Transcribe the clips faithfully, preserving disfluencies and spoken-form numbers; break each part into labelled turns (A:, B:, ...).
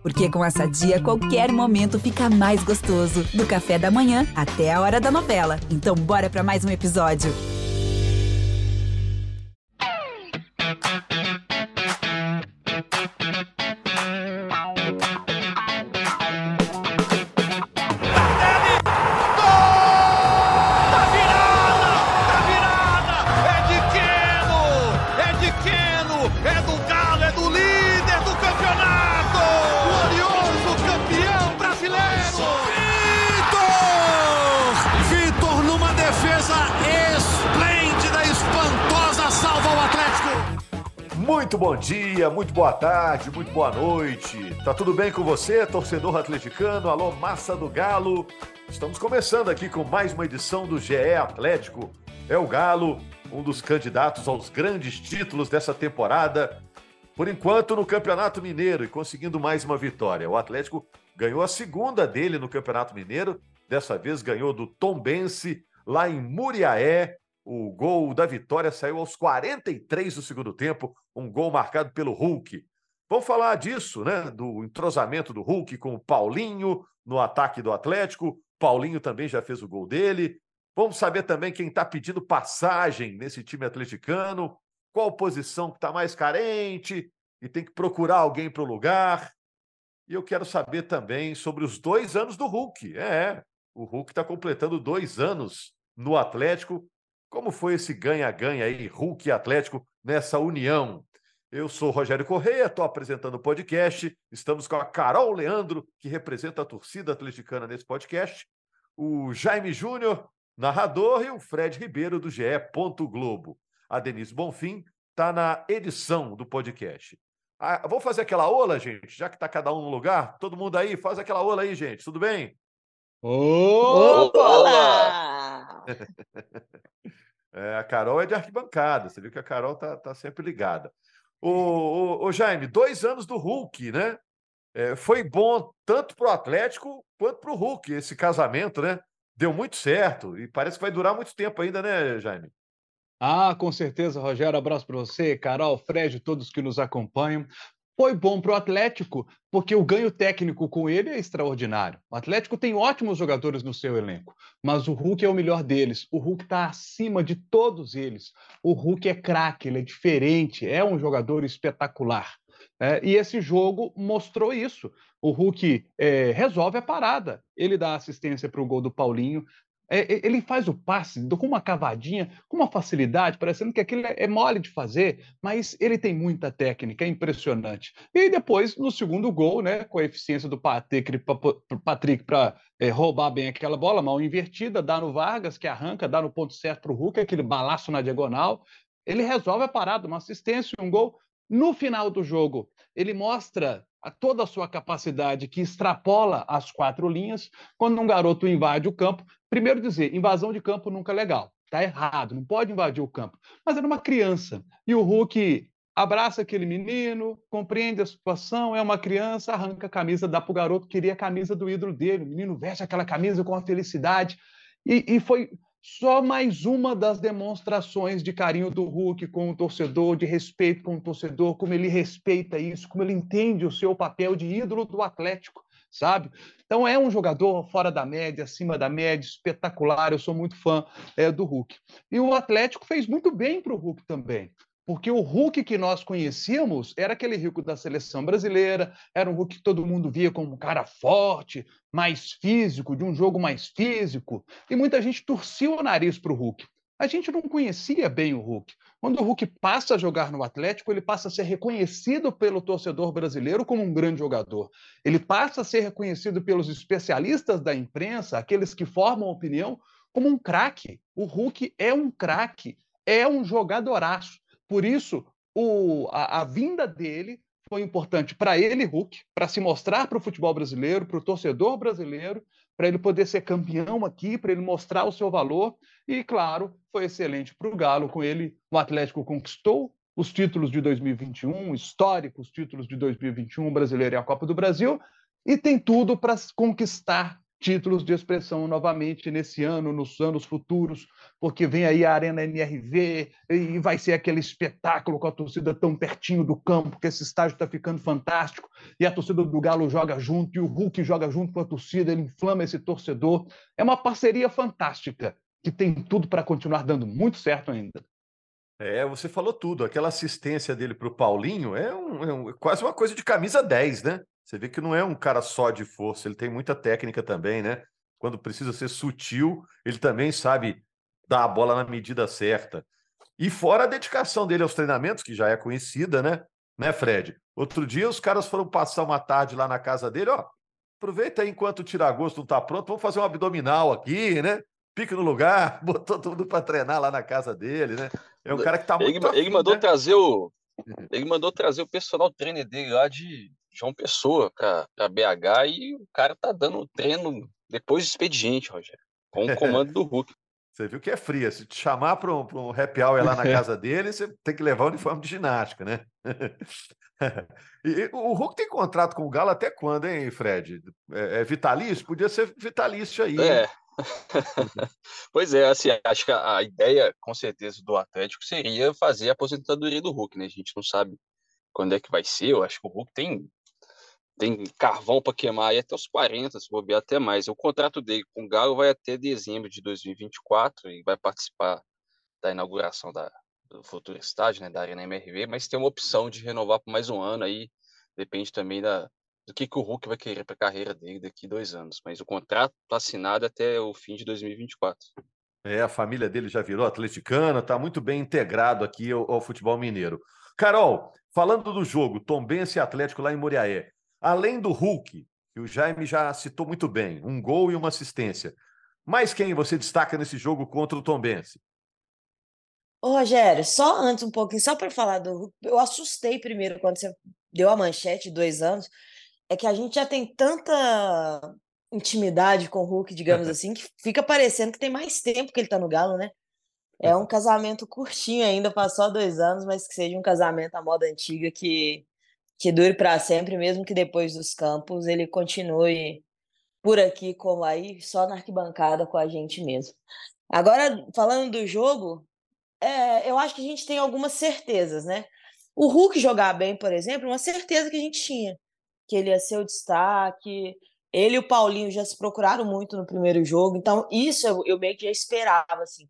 A: Porque com essa dia, qualquer momento fica mais gostoso. Do café da manhã até a hora da novela. Então bora pra mais um episódio.
B: Muito bom dia, muito boa tarde, muito boa noite. Tá tudo bem com você, torcedor atleticano? Alô, massa do Galo. Estamos começando aqui com mais uma edição do G E Atlético. É o Galo, um dos candidatos aos grandes títulos dessa temporada. Por enquanto no Campeonato Mineiro e conseguindo mais uma vitória. O Atlético ganhou a segunda dele no Campeonato Mineiro. Dessa vez ganhou do Tombense, lá em Muriaé. O gol da vitória saiu aos quarenta e três do segundo tempo, um gol marcado pelo Hulk. Vamos falar disso, né? Do entrosamento do Hulk com o Paulinho no ataque do Atlético. Paulinho também já fez o gol dele. Vamos saber também quem está pedindo passagem nesse time atleticano, qual posição que está mais carente e tem que procurar alguém para o lugar. E eu quero saber também sobre os dois anos do Hulk. É, o Hulk está completando dois anos no Atlético. Como foi esse ganha-ganha aí, Hulk e Atlético, nessa união? Eu sou o Rogério Correia, estou apresentando o podcast. Estamos com a Carol Leandro, que representa a torcida atleticana nesse podcast. O Jaime Júnior, narrador, e o Fred Ribeiro, do G E. Globo. A Denise Bonfim está na edição do podcast. Ah, vou fazer aquela ola, gente, já que está cada um no lugar. Todo mundo aí, faz aquela ola aí, gente. Tudo bem?
C: Olá!
B: É, a Carol é de arquibancada, você viu que a Carol tá, tá sempre ligada. Ô, ô, ô, Jaime, dois anos do Hulk, né? É, foi bom tanto para o Atlético quanto para o Hulk, esse casamento, né? Deu muito certo e parece que vai durar muito tempo ainda, né, Jaime?
D: Ah, com certeza, Rogério. Abraço para você, Carol, Fred, todos que nos acompanham. Foi bom para o Atlético, porque o ganho técnico com ele é extraordinário. O Atlético tem ótimos jogadores no seu elenco, mas o Hulk é o melhor deles. O Hulk está acima de todos eles. O Hulk é craque, ele é diferente, é um jogador espetacular. É, e esse jogo mostrou isso. O Hulk é, resolve a parada. Ele dá assistência para o gol do Paulinho. É, ele faz o passe com uma cavadinha, com uma facilidade, parecendo que aquilo é mole de fazer, mas ele tem muita técnica, é impressionante. E depois, no segundo gol, né, com a eficiência do Patrick para é, roubar bem aquela bola, mal invertida, dá no Vargas, que arranca, dá no ponto certo para o Hulk, aquele balaço na diagonal. Ele resolve a parada, uma assistência, um gol. No final do jogo, ele mostra a toda a sua capacidade que extrapola as quatro linhas. Quando um garoto invade o campo, primeiro dizer, invasão de campo nunca é legal, tá errado, não pode invadir o campo. Mas era uma criança, e o Hulk abraça aquele menino, compreende a situação, é uma criança, arranca a camisa, dá para o garoto, queria a camisa do ídolo dele, o menino veste aquela camisa com a felicidade, e, e foi só mais uma das demonstrações de carinho do Hulk com o torcedor, de respeito com o torcedor, como ele respeita isso, como ele entende o seu papel de ídolo do Atlético, sabe? Então é um jogador fora da média, acima da média, espetacular, eu sou muito fã é, do Hulk. E o Atlético fez muito bem para o Hulk também, porque o Hulk que nós conhecíamos era aquele Hulk da seleção brasileira, era um Hulk que todo mundo via como um cara forte, mais físico, de um jogo mais físico, e muita gente torcia o nariz para o Hulk. A gente não conhecia bem o Hulk. Quando o Hulk passa a jogar no Atlético, ele passa a ser reconhecido pelo torcedor brasileiro como um grande jogador. Ele passa a ser reconhecido pelos especialistas da imprensa, aqueles que formam opinião, como um craque. O Hulk é um craque, é um jogadoraço. Por isso, o, a, a vinda dele foi importante para ele, Hulk, para se mostrar para o futebol brasileiro, para o torcedor brasileiro, para ele poder ser campeão aqui, para ele mostrar o seu valor. E, claro, foi excelente para o Galo. Com ele, o Atlético conquistou os títulos de dois mil e vinte e um, históricos títulos de dois mil e vinte e um, o Brasileiro e a Copa do Brasil, e tem tudo para conquistar títulos de expressão novamente nesse ano, nos anos futuros, porque vem aí a Arena M R V e vai ser aquele espetáculo com a torcida tão pertinho do campo, que esse estádio está ficando fantástico, e a torcida do Galo joga junto, e o Hulk joga junto com a torcida, ele inflama esse torcedor. É uma parceria fantástica, que tem tudo para continuar dando muito certo ainda.
B: É, você falou tudo. Aquela assistência dele para o Paulinho é, um, é um- é quase uma coisa de camisa dez, né? Você vê que não é um cara só de força, ele tem muita técnica também, né? Quando precisa ser sutil, ele também sabe dar a bola na medida certa. E fora a dedicação dele aos treinamentos, que já é conhecida, né? Né, Fred? Outro dia os caras foram passar uma tarde lá na casa dele, ó. Aproveita aí enquanto o tira-gosto não tá pronto, vamos fazer um abdominal aqui, né? Pique no lugar, botou todo mundo para treinar lá na casa dele, né? É um cara que tá
C: Ele,
B: muito
C: ele
B: afim,
C: mandou
B: né?
C: trazer o ele mandou trazer o personal trainer dele lá de João Pessoa para B H e o cara tá dando treino depois do expediente, Rogério, com o comando do Hulk.
B: Você viu que é fria. Se te chamar para um, pra um happy hour lá na casa dele, você tem que levar o uniforme de ginástica, né? E o Hulk tem contrato com o Galo até quando, hein, Fred? É, é vitalício? Podia ser vitalício aí, hein?
C: É. Pois é, assim, acho que a, a ideia, com certeza, do Atlético seria fazer a aposentadoria do Hulk, né? A gente não sabe quando é que vai ser. Eu acho que o Hulk tem, tem carvão para queimar aí até os quarenta, se bobear até mais. O contrato dele com o Galo vai até dezembro de dois mil e vinte e quatro e vai participar da inauguração da, do futuro estádio, né, da Arena M R V, mas tem uma opção de renovar por mais um ano aí, depende também da, do que, que o Hulk vai querer para a carreira dele daqui dois anos. Mas o contrato está assinado até o fim de dois mil e vinte e quatro.
B: É, a família dele já virou atleticana, está muito bem integrado aqui ao, ao futebol mineiro. Carol, falando do jogo, Tombense e Atlético lá em Moriaé, além do Hulk, que o Jaime já citou muito bem, um gol e uma assistência, mas quem você destaca nesse jogo contra o Tombense?
E: Ô, Rogério, só antes um pouquinho, só para falar do Hulk, eu assustei primeiro quando você deu a manchete, dois anos, é que a gente já tem tanta intimidade com o Hulk, digamos assim, que fica parecendo que tem mais tempo que ele tá no Galo, né? É um casamento curtinho ainda, passou dois anos, mas que seja um casamento à moda antiga que, que dure para sempre, mesmo que depois dos campos ele continue por aqui como aí, só na arquibancada com a gente mesmo. Agora, falando do jogo, é, eu acho que a gente tem algumas certezas, né? O Hulk jogar bem, por exemplo, uma certeza que a gente tinha, que ele ia ser o destaque. Ele e o Paulinho já se procuraram muito no primeiro jogo, então isso eu, eu meio que já esperava, assim.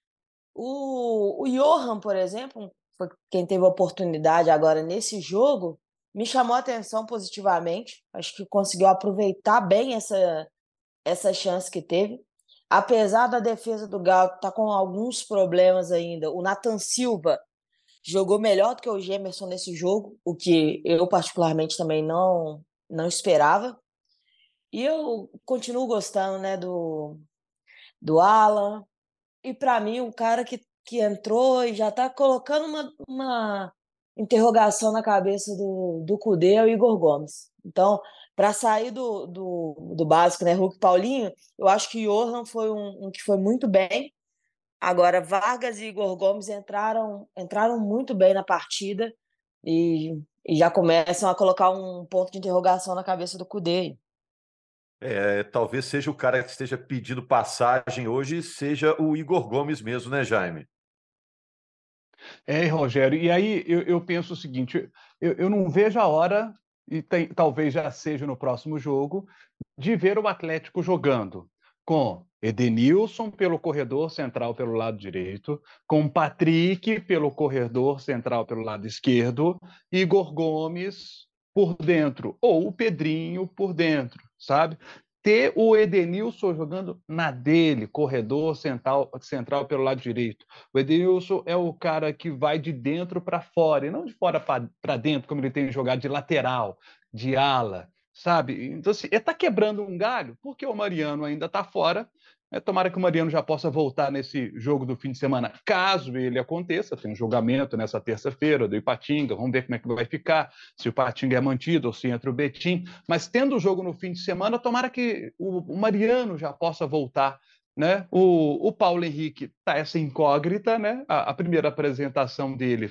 E: O, o Johan, por exemplo, foi quem teve a oportunidade agora nesse jogo, me chamou a atenção positivamente. Acho que conseguiu aproveitar bem essa, essa chance que teve. Apesar da defesa do Galo estar tá com alguns problemas ainda, o Nathan Silva jogou melhor do que o Gemerson nesse jogo, o que eu particularmente também não, não esperava. E eu continuo gostando, né, do, do Alan. E para mim, um cara que, que entrou e já está colocando uma, uma interrogação na cabeça do, do Cudê é o Igor Gomes. Então, para sair do, do, do básico, né, Hulk e Paulinho, eu acho que o Johan foi um, um que foi muito bem. Agora, Vargas e Igor Gomes entraram, entraram muito bem na partida e, e já começam a colocar um ponto de interrogação na cabeça do Cudê.
B: É, talvez seja o cara que esteja pedindo passagem hoje, seja o Igor Gomes mesmo, né, Jaime?
D: É, Rogério, e aí eu, eu penso o seguinte: eu, eu não vejo a hora, e tem, talvez já seja no próximo jogo, de ver o Atlético jogando com Edenilson pelo corredor central pelo lado direito, com Patrick pelo corredor central pelo lado esquerdo, Igor Gomes por dentro, ou o Pedrinho por dentro, sabe? Ter o Edenilson jogando na dele, corredor central, central pelo lado direito. O Edenilson é o cara que vai de dentro para fora, e não de fora para dentro, como ele tem jogado de lateral, de ala, sabe? Então, assim, ele está quebrando um galho, porque o Mariano ainda está fora. É, tomara que o Mariano já possa voltar nesse jogo do fim de semana, caso ele aconteça. Tem um julgamento nessa terça-feira do Ipatinga, vamos ver como é que vai ficar, se o Ipatinga é mantido ou se entra o Betim. Mas tendo o jogo no fim de semana, tomara que o, o Mariano já possa voltar, né? O, o Paulo Henrique está essa incógnita, né? A, a primeira apresentação dele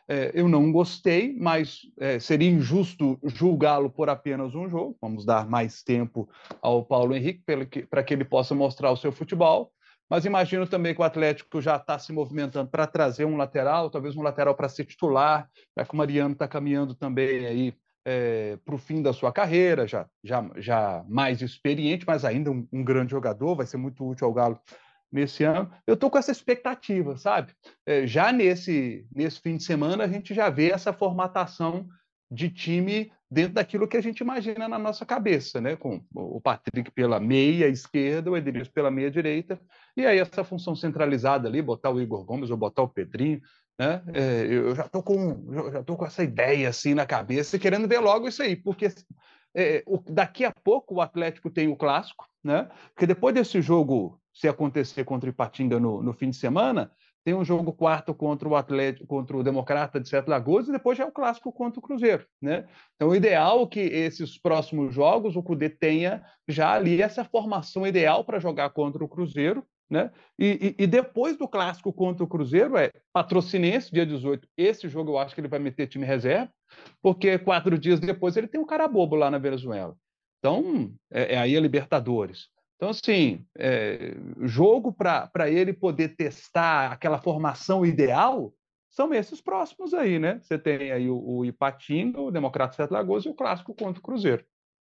D: É, eu não gostei, mas é, seria injusto julgá-lo por apenas um jogo. Vamos dar mais tempo ao Paulo Henrique para que ele possa mostrar o seu futebol. Mas imagino também que o Atlético já está se movimentando para trazer um lateral, talvez um lateral para ser titular, já que o Mariano está caminhando também aí é, para o fim da sua carreira, já, já, já mais experiente, mas ainda um, um grande jogador, vai ser muito útil ao Galo nesse ano. Eu estou com essa expectativa, sabe? É, já nesse, nesse fim de semana, a gente já vê essa formatação de time dentro daquilo que a gente imagina na nossa cabeça, né? Com o Patrick pela meia esquerda, o Edenilson pela meia direita, e aí essa função centralizada ali, botar o Igor Gomes ou botar o Pedrinho, né? É, eu já estou com, já tô com essa ideia assim na cabeça, querendo ver logo isso aí, porque é, o, daqui a pouco o Atlético tem o clássico, né? Porque depois desse jogo, se acontecer contra o Ipatinga no, no fim de semana, tem um jogo quarto contra o Atlético, contra o Democrata de Sete Lagoas, e depois já é o clássico contra o Cruzeiro, né? Então, o ideal é que esses próximos jogos o Cudê tenha já ali essa formação ideal para jogar contra o Cruzeiro, né? E, e, e depois do clássico contra o Cruzeiro é Patrocinense, dia dezoito. Esse jogo eu acho que ele vai meter time reserva, porque quatro dias depois ele tem um cara bobo lá na Venezuela. Então, é, é aí a Libertadores. Então, assim, é, jogo para ele poder testar aquela formação ideal são esses próximos aí, né? Você tem aí o, o Ipatinga, o Democrata de Sete Lagoas e o clássico contra o Cruzeiro.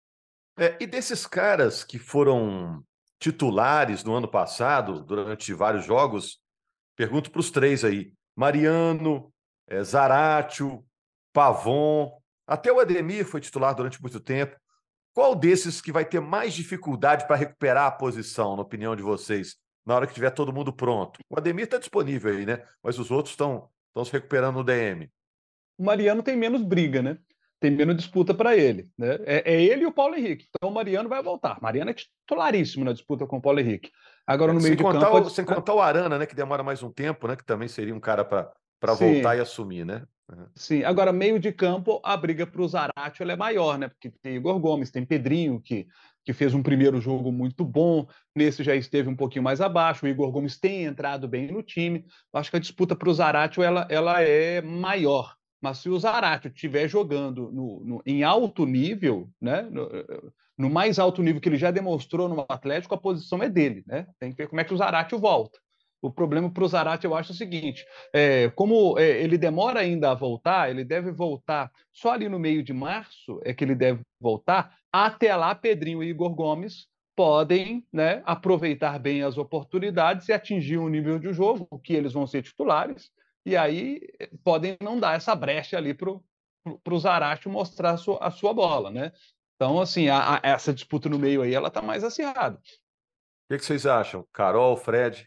B: É, e desses caras que foram titulares no ano passado, durante vários jogos, pergunto para os três aí: Mariano, é, Zaratio, Pavon, até o Ademir foi titular durante muito tempo. Qual desses que vai ter mais dificuldade para recuperar a posição, na opinião de vocês, na hora que tiver todo mundo pronto? O Ademir está disponível aí, né? Mas os outros estão se recuperando no D M.
D: O Mariano tem menos briga, né? Tem menos disputa para ele, né? É, é ele e o Paulo Henrique. Então o Mariano vai voltar. O Mariano é titularíssimo na disputa com o Paulo Henrique. Agora
B: É,
D: no meio
B: sem
D: de
B: contar
D: campo...
B: o, sem contar o Arana, né? Que demora mais um tempo, né? Que também seria um cara para voltar
D: Sim.
B: e assumir, né? Uhum.
D: Sim, agora meio de campo, a briga para o Zaratio é maior, né? Porque tem Igor Gomes, tem Pedrinho, que, que fez um primeiro jogo muito bom, nesse já esteve um pouquinho mais abaixo, o Igor Gomes tem entrado bem no time. Acho que a disputa para o Zaratio ela, ela é maior. Mas se o Zaratio estiver jogando no, no, em alto nível, né? No, no mais alto nível que ele já demonstrou no Atlético, a posição é dele, né? Tem que ver como é que o Zaratio volta. O problema para o Zarate, eu acho o seguinte, é, como é, ele demora ainda a voltar, ele deve voltar só ali no meio de março, é que ele deve voltar, até lá Pedrinho e Igor Gomes podem, né, aproveitar bem as oportunidades e atingir um nível de jogo que eles vão ser titulares, e aí podem não dar essa brecha ali para o Zarate mostrar a sua, a sua bola, né? Então, assim, a, a, essa disputa no meio aí, ela está mais acirrada.
B: O que, que vocês acham? Carol, Fred?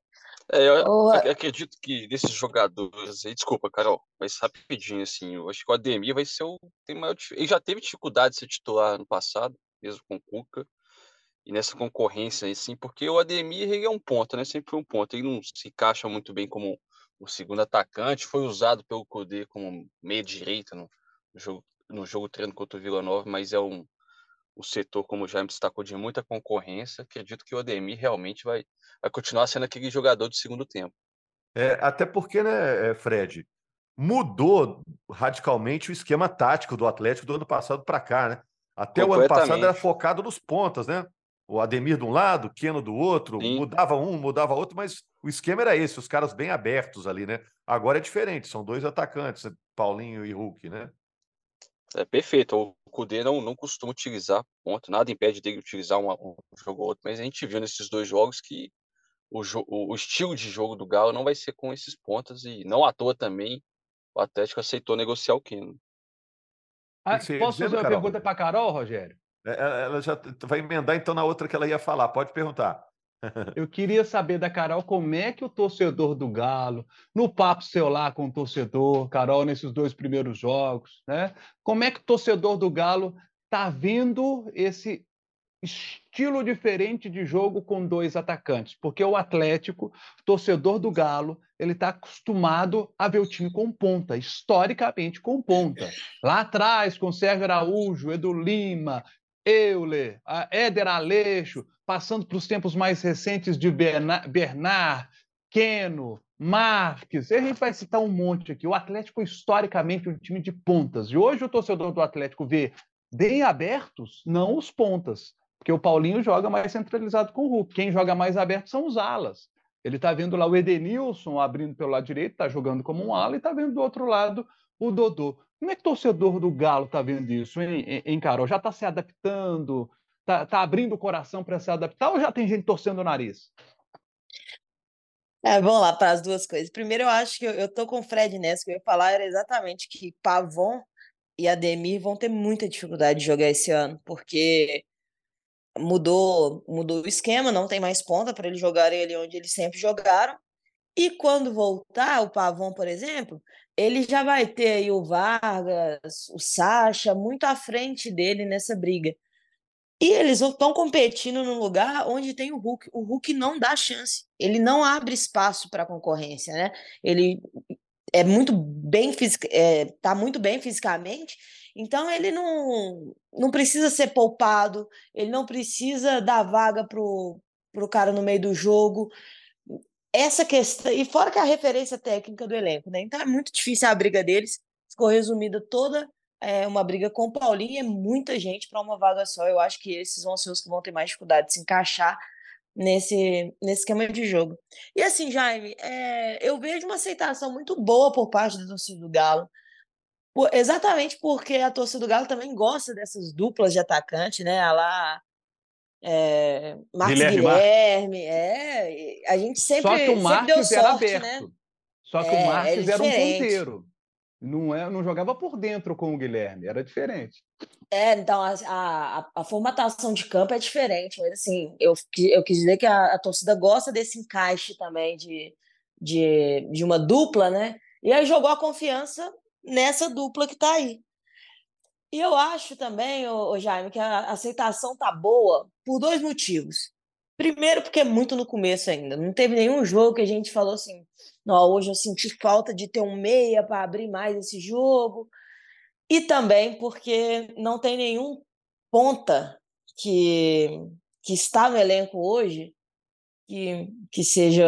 C: É, eu
E: Ô,
C: ac- acredito que desses jogadores aí, desculpa, Carol, mas rapidinho, assim, eu acho que o Ademir vai ser o. Tem maior, dif- ele já teve dificuldade de ser titular no passado, mesmo com o Cuca, e nessa concorrência, assim, porque o Ademir ele é um ponta, né? Sempre foi um ponta. Ele não se encaixa muito bem como o segundo atacante, foi usado pelo Cudê como meia-direita no jogo, no jogo treino contra o Vila Nova, mas é um o setor, como já me destacou, de muita concorrência. Acredito que o Ademir realmente vai, vai continuar sendo aquele jogador de segundo tempo.
B: É, até porque, né, Fred, mudou radicalmente o esquema tático do Atlético do ano passado para cá, né? Até o ano passado era
C: Completamente.
B: focado nos pontas, né? O Ademir de um lado, o Keno do outro,
C: Sim,
B: mudava um, mudava outro, mas o esquema era esse, os caras bem abertos ali, né? Agora é diferente, são dois atacantes, Paulinho e Hulk, né?
C: é perfeito. O Cudê não, não costuma utilizar ponto, nada impede dele utilizar uma- um jogo ou outro, mas a gente viu nesses dois jogos que o, jo- o, o estilo de jogo do Galo não vai ser com esses pontas e não à toa também o Atlético aceitou negociar o Keno.
B: O que,
D: Ah,
B: que você ia
D: posso fazer
B: dizendo,
D: uma
B: Carol?
D: pergunta para a Carol, Rogério?
B: É, é, Ela já vai emendar então na outra que ela ia falar, pode perguntar.
D: Eu queria saber da Carol como é que o torcedor do Galo, no papo seu lá com o torcedor, Carol, nesses dois primeiros jogos, né? Como é que o torcedor do Galo está vendo esse estilo diferente de jogo com dois atacantes? Porque o Atlético, torcedor do Galo, ele está acostumado a ver o time com ponta, historicamente com ponta. Lá atrás, com Sérgio Araújo, Edu Lima, Euler, Éder Aleixo, passando para os tempos mais recentes de Bernard, Keno, Marques, a gente vai citar um monte aqui. O Atlético, historicamente, é um time de pontas. E hoje o torcedor do Atlético vê bem abertos, não os pontas, porque o Paulinho joga mais centralizado com o Hulk. Quem joga mais aberto são os alas. Ele está vendo lá o Edenilson abrindo pelo lado direito, está jogando como um ala, e está vendo do outro lado o Dodô. Como é que o torcedor do Galo está vendo isso, hein, hein, Carol? Já está se adaptando? Está tá abrindo o coração para se adaptar ou já tem gente torcendo o nariz?
E: É, vamos lá para as duas coisas. Primeiro, eu acho que eu, eu tô com o Fred nessa, que eu ia falar era exatamente que Pavon e Ademir vão ter muita dificuldade de jogar esse ano, porque mudou, mudou o esquema, não tem mais ponta para eles jogarem ali onde eles sempre jogaram. E quando voltar, o Pavon, por exemplo, ele já vai ter aí o Vargas, o Sacha, muito à frente dele nessa briga. E eles estão competindo num lugar onde tem o Hulk. O Hulk não dá chance. Ele não abre espaço para concorrência, né? Ele é muito bem fisic... é, tá muito bem fisicamente, então ele não, não precisa ser poupado, ele não precisa dar vaga pro, pro cara no meio do jogo. Essa questão, e fora que a referência técnica do elenco, né? Então é muito difícil a briga deles. Ficou resumida toda é, uma briga com o Paulinho, é muita gente para uma vaga só. Eu acho que esses vão ser os que vão ter mais dificuldade de se encaixar nesse, nesse esquema de jogo. E assim, Jaime, é, eu vejo uma aceitação muito boa por parte da torcida do Galo, por, exatamente porque a torcida do Galo também gosta dessas duplas de atacante, né? A lá, é, Marcos
D: Guilherme
E: Guilherme, é, a gente
D: Só que o
E: sempre, sempre deu
D: Marques era
E: sorte, né?
D: aberto. Só que o
E: É, é
D: Marques era um
E: diferente.
D: ponteiro. Não, é, não jogava por dentro com o Guilherme, era diferente.
E: É, então a, a, a formatação de campo é diferente, mas assim, eu, eu quis dizer que a, a torcida gosta desse encaixe também de, de, de uma dupla, né? E aí jogou a confiança nessa dupla que tá aí. E eu acho também, ô, ô Jaime, que a aceitação tá boa por dois motivos. Primeiro, porque é muito no começo ainda. Não teve nenhum jogo que a gente falou assim, não, hoje eu senti falta de ter um meia para abrir mais esse jogo. E também porque não tem nenhum ponta que, que está no elenco hoje que, que seja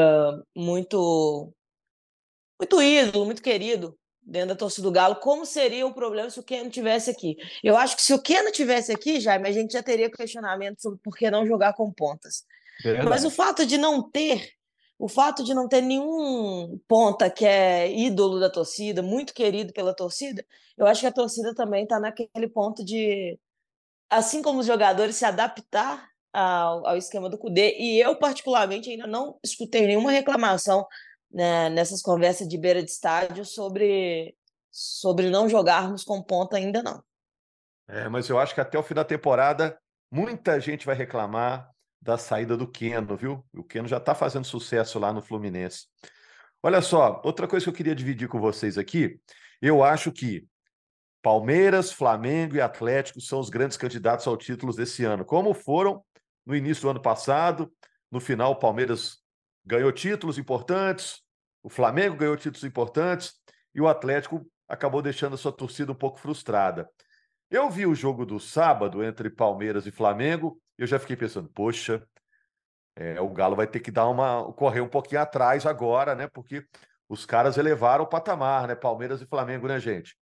E: muito, muito ídolo, muito querido dentro da torcida do Galo. Como seria o problema se o Keno tivesse aqui? Eu acho que se o Keno tivesse aqui, Jaime, a gente já teria questionamento sobre por que não jogar com pontas.
D: Verdade.
E: Mas o fato de não ter, o fato de não ter nenhum ponta que é ídolo da torcida, muito querido pela torcida, eu acho que a torcida também está naquele ponto de, assim como os jogadores, se adaptar ao, ao esquema do Cudê. E eu, particularmente, ainda não escutei nenhuma reclamação, né, nessas conversas de beira de estádio sobre, sobre não jogarmos com ponta ainda não.
B: É, mas eu acho que até o fim da temporada muita gente vai reclamar da saída do Keno, viu? O Keno já está fazendo sucesso lá no Fluminense. Olha só, outra coisa que eu queria dividir com vocês aqui, eu acho que Palmeiras, Flamengo e Atlético são os grandes candidatos ao título desse ano, como foram no início do ano passado. No final, o Palmeiras ganhou títulos importantes, o Flamengo ganhou títulos importantes e o Atlético acabou deixando a sua torcida um pouco frustrada. Eu vi o jogo do sábado entre Palmeiras e Flamengo e eu já fiquei pensando, poxa, é, o Galo vai ter que dar uma, correr um pouquinho atrás agora, né? Porque os caras elevaram o patamar, né? Palmeiras e Flamengo, né, gente?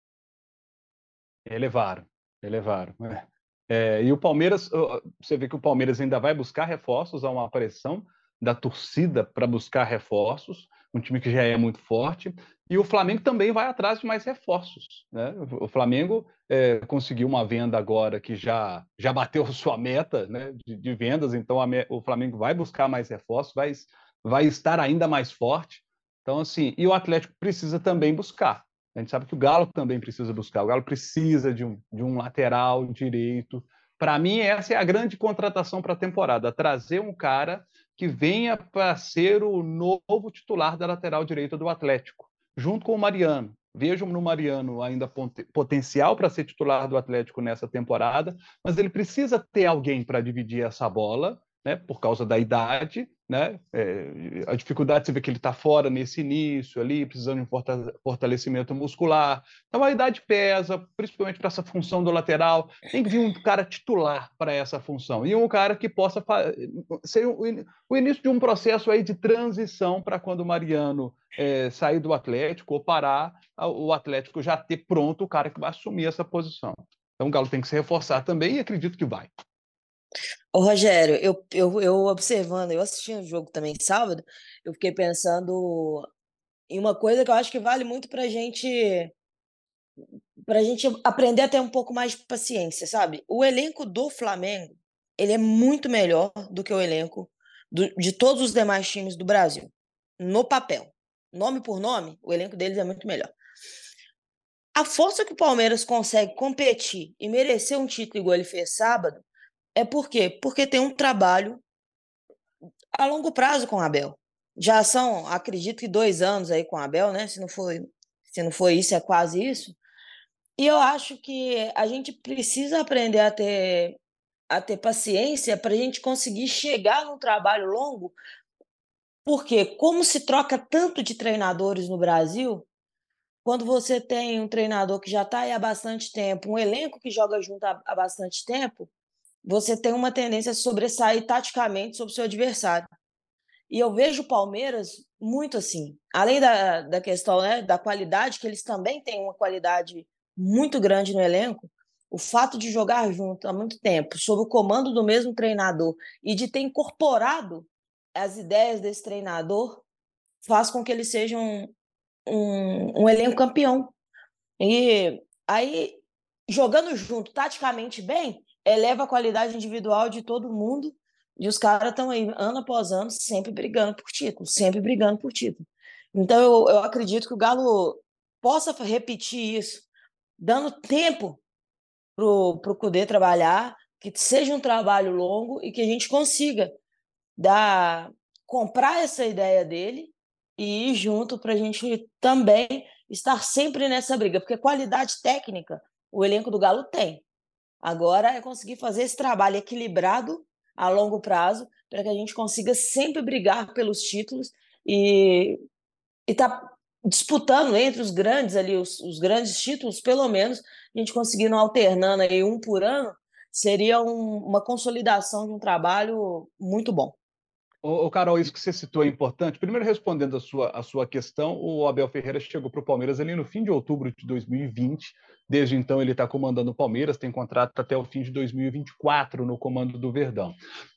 D: Elevaram, elevaram. É, e o Palmeiras, você vê que o Palmeiras ainda vai buscar reforços, há uma pressão da torcida para buscar reforços, um time que já é muito forte, e o Flamengo também vai atrás de mais reforços, né? O Flamengo é, conseguiu uma venda agora que já, já bateu sua meta, né, de, de vendas, então a, o Flamengo vai buscar mais reforços, vai, vai estar ainda mais forte. Então, assim, e o Atlético precisa também buscar. A gente sabe que o Galo também precisa buscar. O Galo precisa de um, de um lateral direito. Para mim, essa é a grande contratação para a temporada. Trazer um cara que venha para ser o novo titular da lateral direita do Atlético, junto com o Mariano. Vejo no Mariano ainda potencial para ser titular do Atlético nessa temporada, mas ele precisa ter alguém para dividir essa bola, né, por causa da idade, né? É, a dificuldade, você vê que ele está fora nesse início ali, precisando de um fortalecimento muscular. Então a idade pesa, principalmente para essa função do lateral. Tem que vir um cara titular para essa função e um cara que possa ser o início de um processo aí de transição para quando o Mariano é, sair do Atlético ou parar, o Atlético já ter pronto o cara que vai assumir essa posição. Então o Galo tem que se reforçar também e acredito que vai.
E: Ô, Rogério, eu, eu, eu observando, eu assisti o jogo também sábado, eu fiquei pensando em uma coisa que eu acho que vale muito pra gente, pra gente aprender a ter um pouco mais de paciência, sabe? O elenco do Flamengo, ele é muito melhor do que o elenco do, de todos os demais times do Brasil, no papel. Nome por nome, o elenco deles é muito melhor. A força que o Palmeiras consegue competir e merecer um título igual ele fez sábado, é por quê? Porque tem um trabalho a longo prazo com o Abel. Já são, acredito que dois anos aí com o Abel, né? Se não foi, se não foi isso, é quase isso. E eu acho que a gente precisa aprender a ter, a ter paciência para a gente conseguir chegar num trabalho longo, porque como se troca tanto de treinadores no Brasil, quando você tem um treinador que já está aí há bastante tempo, um elenco que joga junto há, há bastante tempo, você tem uma tendência a sobressair taticamente sobre o seu adversário. E eu vejo o Palmeiras muito assim. Além da, da questão, né, da qualidade, que eles também têm uma qualidade muito grande no elenco, o fato de jogar junto há muito tempo, sob o comando do mesmo treinador, e de ter incorporado as ideias desse treinador, faz com que eles sejam um, um, um elenco campeão. E aí, jogando junto, taticamente bem, eleva a qualidade individual de todo mundo. E os caras estão aí, ano após ano, sempre brigando por título, sempre brigando por título. Então, eu, eu acredito que o Galo possa repetir isso, dando tempo para o Cudê trabalhar, que seja um trabalho longo e que a gente consiga dar, comprar essa ideia dele e ir junto para a gente também estar sempre nessa briga, porque qualidade técnica o elenco do Galo tem. Agora é conseguir fazer esse trabalho equilibrado a longo prazo para que a gente consiga sempre brigar pelos títulos e estar disputando entre os grandes ali, os, os grandes títulos, pelo menos, a gente conseguindo alternando aí um por ano, seria um, uma consolidação de um trabalho muito bom.
D: Ô, Carol, isso que você citou é importante. Primeiro, respondendo a sua, a sua questão, o Abel Ferreira chegou para o Palmeiras ali no fim de outubro de dois mil e vinte. Desde então, ele está comandando o Palmeiras, tem contrato até o fim de dois mil e vinte e quatro no comando do Verdão.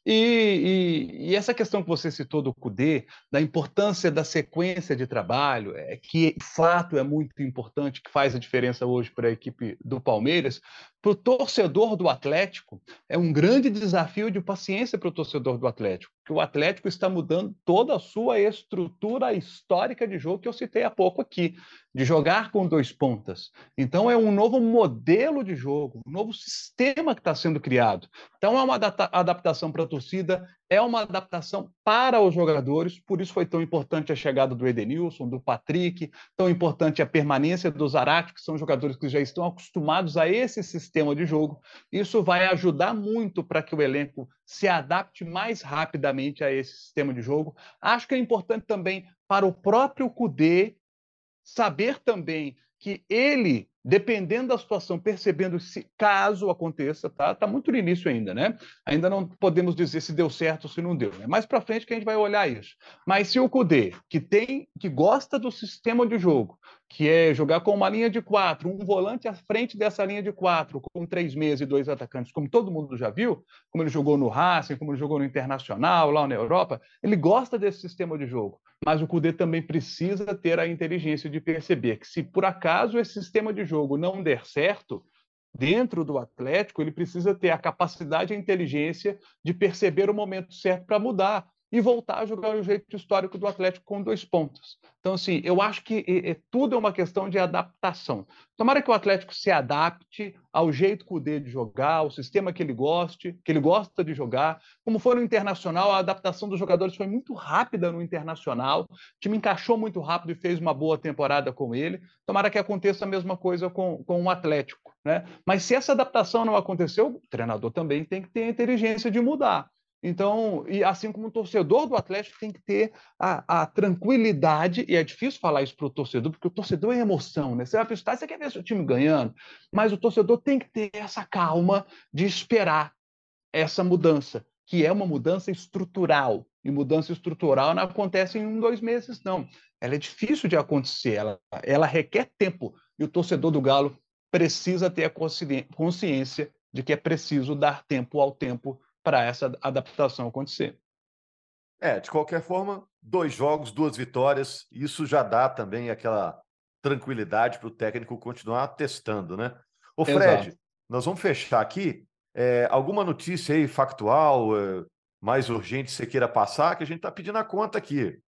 D: E, e, e essa questão que você citou do Cudê, da importância da sequência de trabalho, é, que de fato é muito importante, que faz a diferença hoje para a equipe do Palmeiras, para o torcedor do Atlético, é um grande desafio de paciência para o torcedor do Atlético, que o Atlético está mudando toda a sua estrutura histórica de jogo que eu citei há pouco aqui, de jogar com dois pontas. Então é um novo modelo de jogo, um novo sistema que está sendo criado. Então é uma adaptação para a torcida, é uma adaptação para os jogadores, por isso foi tão importante a chegada do Edenilson, do Patrick, tão importante a permanência do Zarate, que são jogadores que já estão acostumados a esse sistema de jogo. Isso vai ajudar muito para que o elenco se adapte mais rapidamente a esse sistema de jogo. Acho que é importante também para o próprio Cudê saber também que ele, dependendo da situação, percebendo se caso aconteça, tá? Tá muito no início ainda, né? Ainda não podemos dizer se deu certo ou se não deu, né? Mais para frente que a gente vai olhar isso. Mas se o Cudê, que tem, que gosta do sistema de jogo, que é jogar com uma linha de quatro, um volante à frente dessa linha de quatro, com três meias e dois atacantes, como todo mundo já viu, como ele jogou no Racing, como ele jogou no Internacional, lá na Europa, ele gosta desse sistema de jogo. Mas o Cudê também precisa ter a inteligência de perceber que se por acaso esse sistema de jogo não der certo, dentro do Atlético, ele precisa ter a capacidade e a inteligência de perceber o momento certo para mudar e voltar a jogar o jeito histórico do Atlético com dois pontos. Então, assim, eu acho que é, é, tudo é uma questão de adaptação. Tomara que o Atlético se adapte ao jeito Cudê de jogar, ao sistema que ele goste, que ele gosta de jogar. Como foi no Internacional, a adaptação dos jogadores foi muito rápida no Internacional. O time encaixou muito rápido e fez uma boa temporada com ele. Tomara que aconteça a mesma coisa com, com o Atlético, né? Mas se essa adaptação não aconteceu, o treinador também tem que ter a inteligência de mudar. Então, e assim como o torcedor do Atlético tem que ter a, a tranquilidade, e é difícil falar isso para o torcedor, porque o torcedor é emoção, né? Você vai visitar, você quer ver seu time ganhando, mas o torcedor tem que ter essa calma de esperar essa mudança, que é uma mudança estrutural. E mudança estrutural não acontece em um, dois meses, não. Ela é difícil de acontecer, ela, ela requer tempo. E o torcedor do Galo precisa ter a consciência de que é preciso dar tempo ao tempo para essa adaptação acontecer.
B: É, de qualquer forma, dois jogos, duas vitórias, isso já dá também aquela tranquilidade para o técnico continuar testando, né? Ô Fred, Exato. Nós vamos fechar aqui. É, alguma notícia aí factual, é, mais urgente você queira passar, que a gente está pedindo a conta aqui.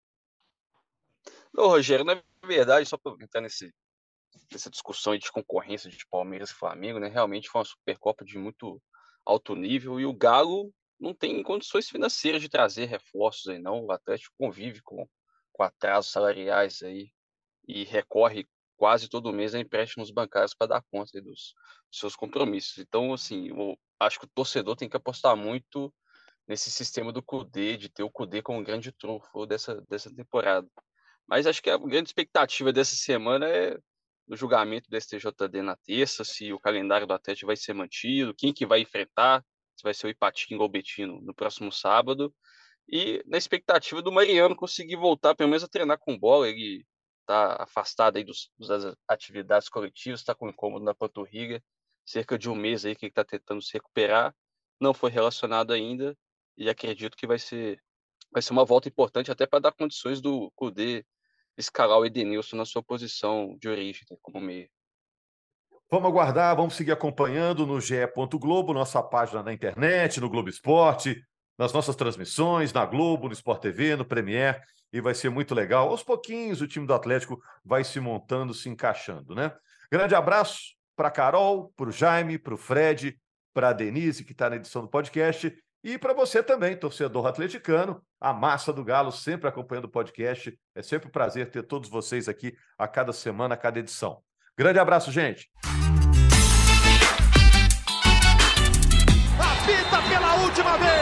C: Ô, Rogério, na verdade, só para entrar nesse, nessa discussão de concorrência de Palmeiras e Flamengo, né? Realmente foi uma Supercopa de muito alto nível e o Galo não tem condições financeiras de trazer reforços aí, não. O Atlético convive com, com atrasos salariais aí e recorre quase todo mês a empréstimos bancários para dar conta aí dos, dos seus compromissos. Então, assim, eu acho que o torcedor tem que apostar muito nesse sistema do Cudê, de ter o Cudê como um grande trunfo dessa, dessa temporada. Mas acho que a grande expectativa dessa semana é o julgamento do S T J D na terça, se o calendário do Atlético vai ser mantido, quem que vai enfrentar, se vai ser o Ipatinga ou o Bettino no próximo sábado, e na expectativa do Mariano conseguir voltar, pelo menos a treinar com bola. Ele está afastado aí dos, das atividades coletivas, está com incômodo na panturrilha, cerca de um mês aí que ele está tentando se recuperar, não foi relacionado ainda, e acredito que vai ser, vai ser uma volta importante até para dar condições do Cudê escalar o Edenilson na sua posição de origem, como meia.
B: Vamos aguardar, vamos seguir acompanhando no G E. Globo, nossa página na internet, no Globo Esporte, nas nossas transmissões, na Globo, no Sport T V, no Premier, e vai ser muito legal. Aos pouquinhos o time do Atlético vai se montando, se encaixando, né? Grande abraço para a Carol, para o Jaime, para o Fred, para a Denise, que está na edição do podcast, e para você também, torcedor atleticano, a massa do Galo, sempre acompanhando o podcast. É sempre um prazer ter todos vocês aqui a cada semana, a cada edição. Grande abraço, gente.
F: Apita pela última vez.